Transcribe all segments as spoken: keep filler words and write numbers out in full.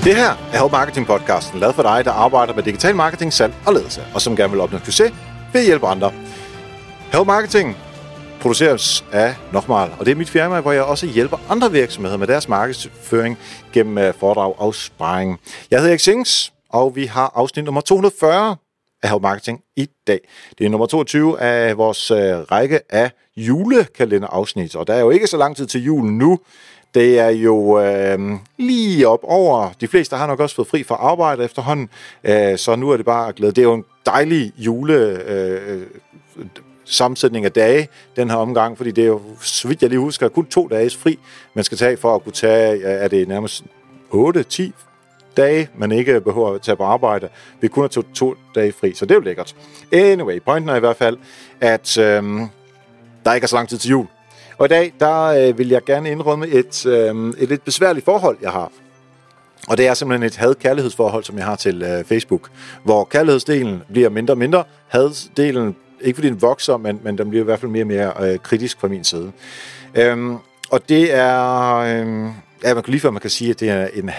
Det her er Help Marketing podcasten, lavet for dig, der arbejder med digital marketing, salg og ledelse, og som gerne vil opnå succes ved at hjælpe andre. Help Marketing produceres af Nochmal, og det er mit firma, hvor jeg også hjælper andre virksomheder med deres markedsføring gennem foredrag og sparring. Jeg hedder Erik Sings, og vi har afsnit nummer to hundrede og fyrre af Help Marketing i dag. Det er nummer toogtyve af vores række af julekalenderafsnit, og der er jo ikke så lang tid til jul nu. Det er jo øh, lige op over. De fleste har nok også fået fri fra arbejde efterhånden, øh, så nu er det bare glæde. Det er jo en dejlig jule øh, sammensætning af dage, den her omgang, fordi det er jo, så vidt jeg lige husker, kun to dages fri, man skal tage for at kunne tage, er det nærmest otte til ti dage, man ikke behøver at tage på arbejde. Vi kun har to, to dage fri, så det er jo lækkert. Anyway, pointen er i hvert fald, at øh, der ikke er så lang tid til jul. Og i dag, der øh, vil jeg gerne indrømme et, øh, et lidt besværligt forhold, jeg har. Og det er simpelthen et had-kærlighedsforhold, som jeg har til øh, Facebook, hvor kærlighedsdelen bliver mindre og mindre. Haddelen, ikke fordi den vokser, men, men den bliver i hvert fald mere og mere øh, kritisk fra min side. Øhm, og det er, øh, ja, man kan lige før man kan sige, at det er en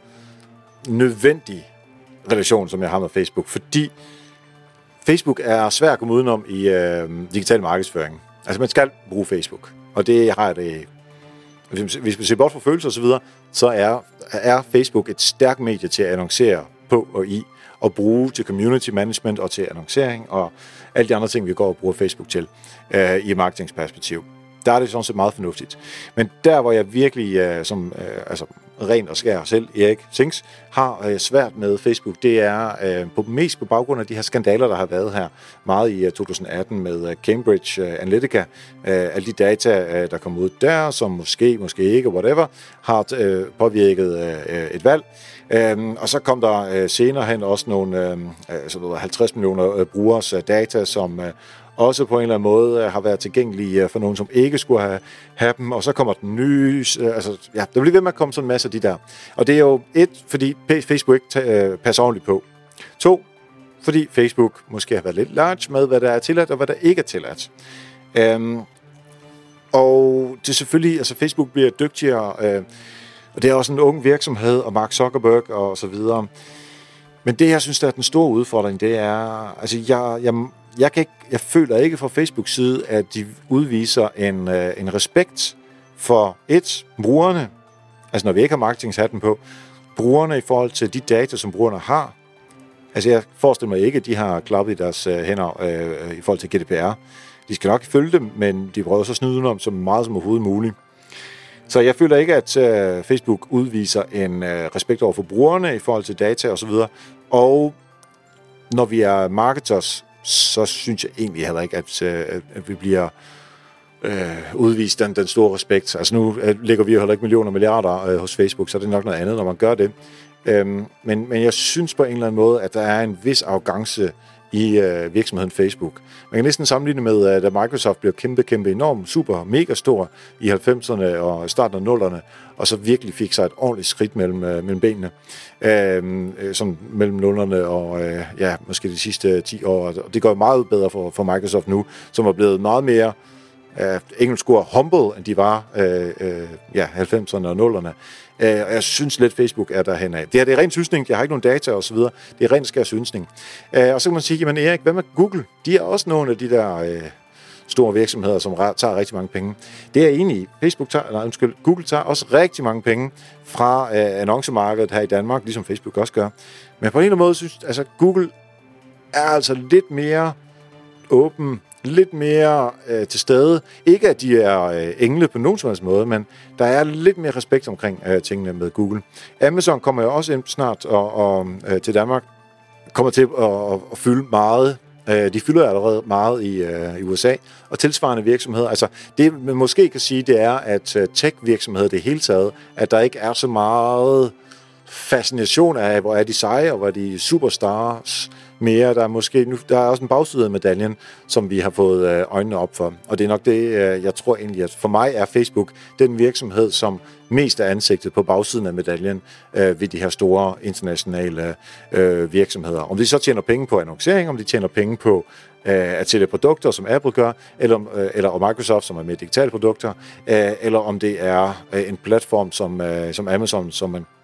had-nødvendig relation, som jeg har med Facebook, fordi Facebook er svært at komme udenom i øh, digital markedsføring. Altså man skal bruge Facebook. Og det har jeg det. Hvis vi ser bort fra følelser og så videre, så er, er Facebook et stærkt medie til at annoncere på og i, og bruge til community management og til annoncering og alle de andre ting, vi går og bruger Facebook til øh, i et marketingsperspektiv. Der er det sådan set meget fornuftigt. Men der, hvor jeg virkelig øh, som øh, altså ren og skær selv, Erik Sings, har øh, svært med Facebook, det er øh, på, mest på baggrund af de her skandaler, der har været her meget i øh, to tusind atten med øh, Cambridge øh, Analytica. Øh, alle de data, øh, der kom ud der, som måske, måske ikke, whatever, har øh, påvirket øh, et valg. Øhm, og så kom der øh, senere hen også nogle øh, halvtreds millioner øh, brugers øh, data, som øh, også på en eller anden måde øh, har været tilgængelige øh, for nogen, som ikke skulle have, have dem. Og så kommer den nye, øh, altså ja, der bliver ved med at komme sådan en masse af de der. Og det er jo et, fordi Facebook ikke ta- øh, passer ordentligt på. To, fordi Facebook måske har været lidt large med, hvad der er tilladt og hvad der ikke er tilladt. Øhm, og det er selvfølgelig, altså Facebook bliver dygtigere, øh, og det er også en ung virksomhed, og Mark Zuckerberg og så videre. Men det, jeg synes, der er den store udfordring, det er, altså jeg, jeg, jeg, kan ikke, jeg føler ikke fra Facebooks side, at de udviser en, en respekt for et, brugerne, altså når vi ikke har marketingshatten på, brugerne i forhold til de data, som brugerne har. Altså jeg forestiller mig ikke, at de har klappet i deres hænder øh, i forhold til G D P R. De skal nok følge dem, men de prøver så at snyde dem så meget som overhovedet muligt. Så jeg føler ikke, at uh, Facebook udviser en uh, respekt over for brugerne i forhold til data og så videre. Og når vi er marketers, så synes jeg egentlig heller ikke, at, uh, at vi bliver uh, udvist den, den store respekt. Altså nu uh, ligger vi jo heller ikke millioner og milliarder uh, hos Facebook, så det er nok noget andet, når man gør det. Um, men, men jeg synes på en eller anden måde, at der er en vis arrogance i øh, virksomheden Facebook. Man kan næsten sammenligne med, at da Microsoft blev kæmpe, kæmpe enormt, super, mega stor i halvfemserne og starten af nullerne, og så virkelig fik sig et ordentligt skridt mellem, øh, mellem benene, øh, sådan mellem nullerne og øh, ja, måske de sidste ti år. Og det går meget bedre for, for Microsoft nu, som er blevet meget mere øh, engelsk ord humble, end de var øh, øh, ja, halvfemserne og nullerne. Og jeg synes lidt, Facebook er derhen af. Det her det er ren synsning, jeg har ikke nogen data og så videre. Det er ren skær synsning. Og så kan man sige, jamen Erik, hvad med Google? De er også nogle af de der øh, store virksomheder, som tager rigtig mange penge. Det er jeg enig i. Facebook tager, nej, undskyld, Google tager også rigtig mange penge fra øh, annoncemarkedet her i Danmark, ligesom Facebook også gør. Men på en eller anden måde synes altså Google er altså lidt mere åben, lidt mere øh, til stede. Ikke at de er øh, engle på nogen som helst måde, men der er lidt mere respekt omkring øh, tingene med Google. Amazon kommer jo også ind snart og, og, øh, til Danmark, kommer til at, at fylde meget. Øh, de fylder allerede meget i, øh, i U S A, og tilsvarende virksomheder. Altså, det man måske kan sige, det er, at uh, tech-virksomheder det hele taget, at der ikke er så meget fascination af, hvor er de seje, og hvor er de superstars mere. Der er måske nu, der er også en bagside af medaljen, som vi har fået øh, øjnene op for. Og det er nok det, øh, jeg tror egentlig, at for mig er Facebook den virksomhed, som mest er ansigtet på bagsiden af medaljen øh, ved de her store internationale øh, virksomheder. Om de så tjener penge på annoncering, om de tjener penge på øh, at sælge produkter, som Apple gør, eller, øh, eller og Microsoft, som er med digitale produkter, øh, eller om det er øh, en platform som, øh, som Amazon, som man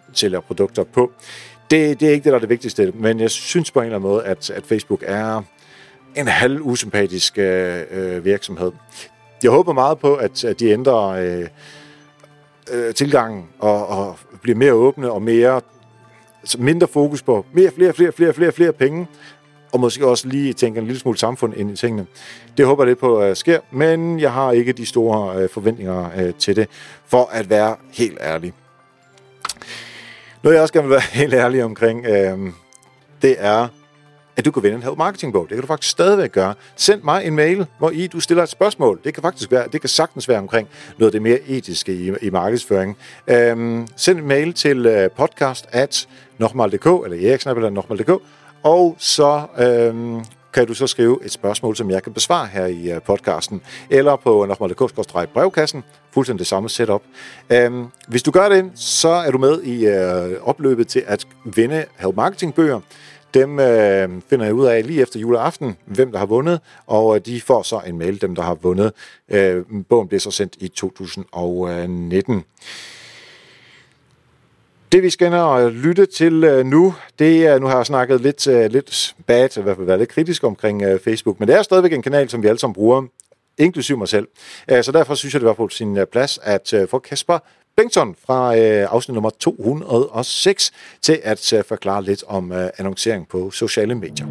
sælger produkter på. Det, det er ikke det, der er det vigtigste, men jeg synes på en eller anden måde, at, at Facebook er en halv usympatisk øh, virksomhed. Jeg håber meget på, at, at de ændrer øh, øh, tilgangen og, og bliver mere åbne og mere altså mindre fokus på mere, flere, flere, flere, flere, flere penge, og måske også lige tænke en lille smule samfund ind i tingene. Det håber jeg lidt på at sker, men jeg har ikke de store øh, forventninger øh, til det, for at være helt ærlig. Noget jeg også gerne vil være helt ærlig omkring, øh, det er, at du kan vinde en Help Marketing-bog. Det kan du faktisk stadigvæk gøre. Send mig en mail, hvor i du stiller et spørgsmål. Det kan faktisk være, det kan sagtens være omkring noget af det mere etiske i, i markedsføring. Øhm, send en mail til uh, podcast at nokmal punktum d k eller eriksnab eller nokmal punktum d k, og så øhm, kan du så skrive et spørgsmål, som jeg kan besvare her i uh, podcasten, eller på nokmal punktum d k brevkassen. Fuldstændig det samme setup. Øhm, hvis du gør det, så er du med i uh, opløbet til at vinde Help Marketing-bøger. Dem øh, finder jeg ud af lige efter juleaften, hvem der har vundet, og de får så en mail, dem der har vundet. Øh, bogen bliver så sendt i to tusind nitten. Det vi skal ind og lytte til øh, nu, det er, nu har jeg snakket lidt, øh, lidt bad, i hvert fald været lidt kritisk omkring øh, Facebook, men det er stadigvæk en kanal, som vi alle sammen bruger, inklusive mig selv. Øh, så derfor synes jeg, det var på sin øh, plads at øh, få Kasper Bengtsson fra øh, afsnit nummer to hundrede og seks til at øh, forklare lidt om øh, annoncering på sociale medier.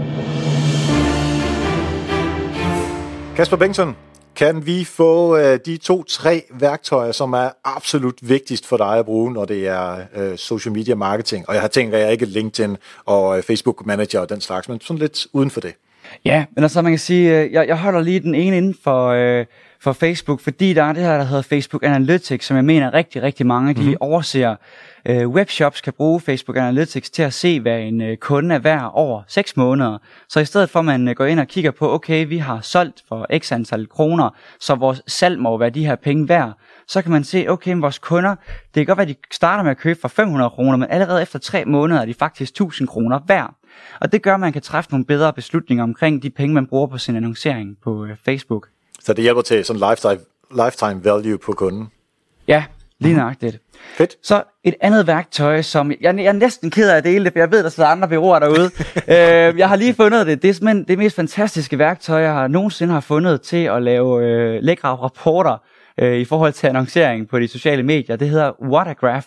Kasper Bengtsson, kan vi få øh, de to-tre værktøjer, som er absolut vigtigst for dig at bruge, når det er øh, social media marketing? Og jeg har tænkt, at jeg ikke LinkedIn og øh, Facebook Manager og den slags, men sådan lidt uden for det. Ja, men altså man kan sige, øh, jeg, jeg holder lige den ene inden for... Øh for Facebook, fordi der er det her, der hedder Facebook Analytics, som jeg mener rigtig, rigtig mange, de mm. overser. Øh, webshops kan bruge Facebook Analytics til at se, hvad en øh, kunde er værd over seks måneder. Så i stedet for, at man øh, går ind og kigger på, okay, vi har solgt for x antal kroner, så vores salg må være de her penge værd, så kan man se, okay, vores kunder, det kan godt være, at de starter med at købe for fem hundrede kroner, men allerede efter tre måneder er de faktisk tusind kroner værd. Og det gør, at man kan træffe nogle bedre beslutninger omkring de penge, man bruger på sin annoncering på øh, Facebook. Så det hjælper til sådan lifetime, lifetime value på kunden? Ja, lige nøjagtigt. Fedt. Så et andet værktøj, som... Jeg, jeg er næsten ked af at dele det, for jeg ved, der sidder andre bureauer derude. øh, jeg har lige fundet det. Det er simpelthen det mest fantastiske værktøj, jeg har nogensinde har fundet til at lave øh, lækre rapporter øh, i forhold til annoncering på de sociale medier. Det hedder Watergraph.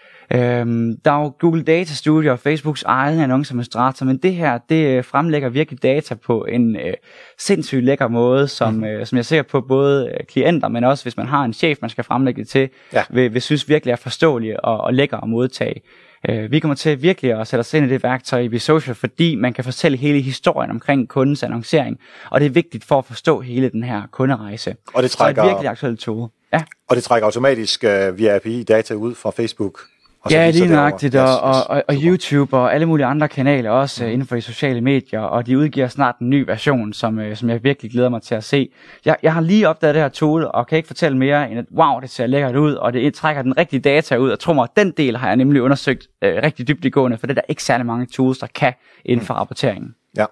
Øhm, der er jo Google Data Studio og Facebooks egen annonceadministrator, men det her, det øh, fremlægger virkelig data på en øh, sindssygt lækker måde, som, mm. øh, som jeg ser på både øh, klienter, men også hvis man har en chef, man skal fremlægge det til, ja. vil, vil synes virkelig er forståelig og, og lækker at modtage. Øh, vi kommer til virkelig at sætte os ind i det værktøj i BeSocial, fordi man kan fortælle hele historien omkring kundens annoncering, og det er vigtigt for at forstå hele den her kunderejse. Og det trækker, så er et virkelig aktuelt tool. Ja. Og det trækker automatisk øh, via A P I-data ud fra Facebook. Ja, lige nøjagtigt, og, og, og, og YouTube og alle mulige andre kanaler også mm. inden for de sociale medier, og de udgiver snart en ny version, som, som jeg virkelig glæder mig til at se. Jeg, jeg har lige opdaget det her tool, og kan ikke fortælle mere end at wow, det ser lækkert ud, og det trækker den rigtige data ud, og tror mig, den del har jeg nemlig undersøgt øh, rigtig dybdegående, for det er der ikke særlig mange tools, der kan inden for mm. rapporteringen. Ja.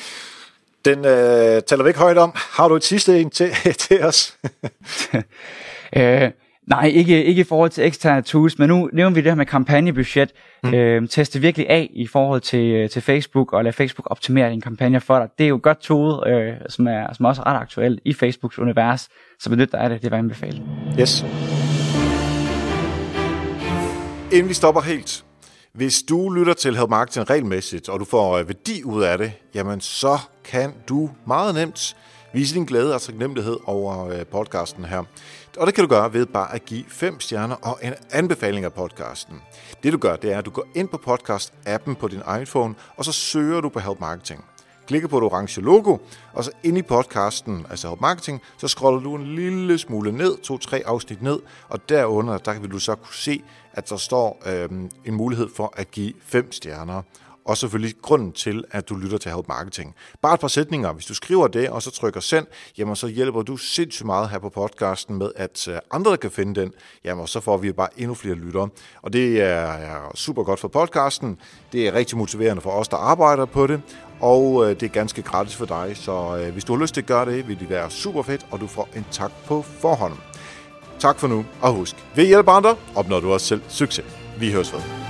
Den øh, taler vi ikke højt om. Har du et sidste en til, til os? øh, Nej, ikke, ikke i forhold til eksterne tools, men nu nævner vi det her med kampagnebudget. Mm. Øh, teste virkelig af i forhold til, til Facebook, og lade Facebook optimere dine kampagner for dig. Det er jo et godt tool, øh, som, er, som også er ret aktuelt i Facebooks univers, så benyt dig af det, det var anbefalet. Yes. Inden vi stopper helt, hvis du lytter til Help Marketing regelmæssigt, og du får værdi ud af det, jamen så kan du meget nemt vise din glæde og taknemmelighed over podcasten her. Og det kan du gøre ved bare at give fem stjerner og en anbefaling af podcasten. Det du gør, det er, at du går ind på podcast-appen på din iPhone, og så søger du på Help Marketing. Klikker på det orange logo, og så ind i podcasten, altså Help Marketing, så scroller du en lille smule ned, to-tre afsnit ned, og derunder, der vil du så kunne se, at der står øhm, en mulighed for at give fem stjerner. Og selvfølgelig grunden til, at du lytter til Help Marketing. Bare et par sætninger. Hvis du skriver det, og så trykker send, jamen så hjælper du sindssygt meget her på podcasten med, at andre der kan finde den. Jamen så får vi bare endnu flere lyttere. Og det er super godt for podcasten. Det er rigtig motiverende for os, der arbejder på det. Og det er ganske gratis for dig. Så hvis du har lyst til at gøre det, vil det være super fedt, og du får en tak på forhånd. Tak for nu, og husk, ved at hjælpe andre, opnår du også selv succes. Vi høres ved.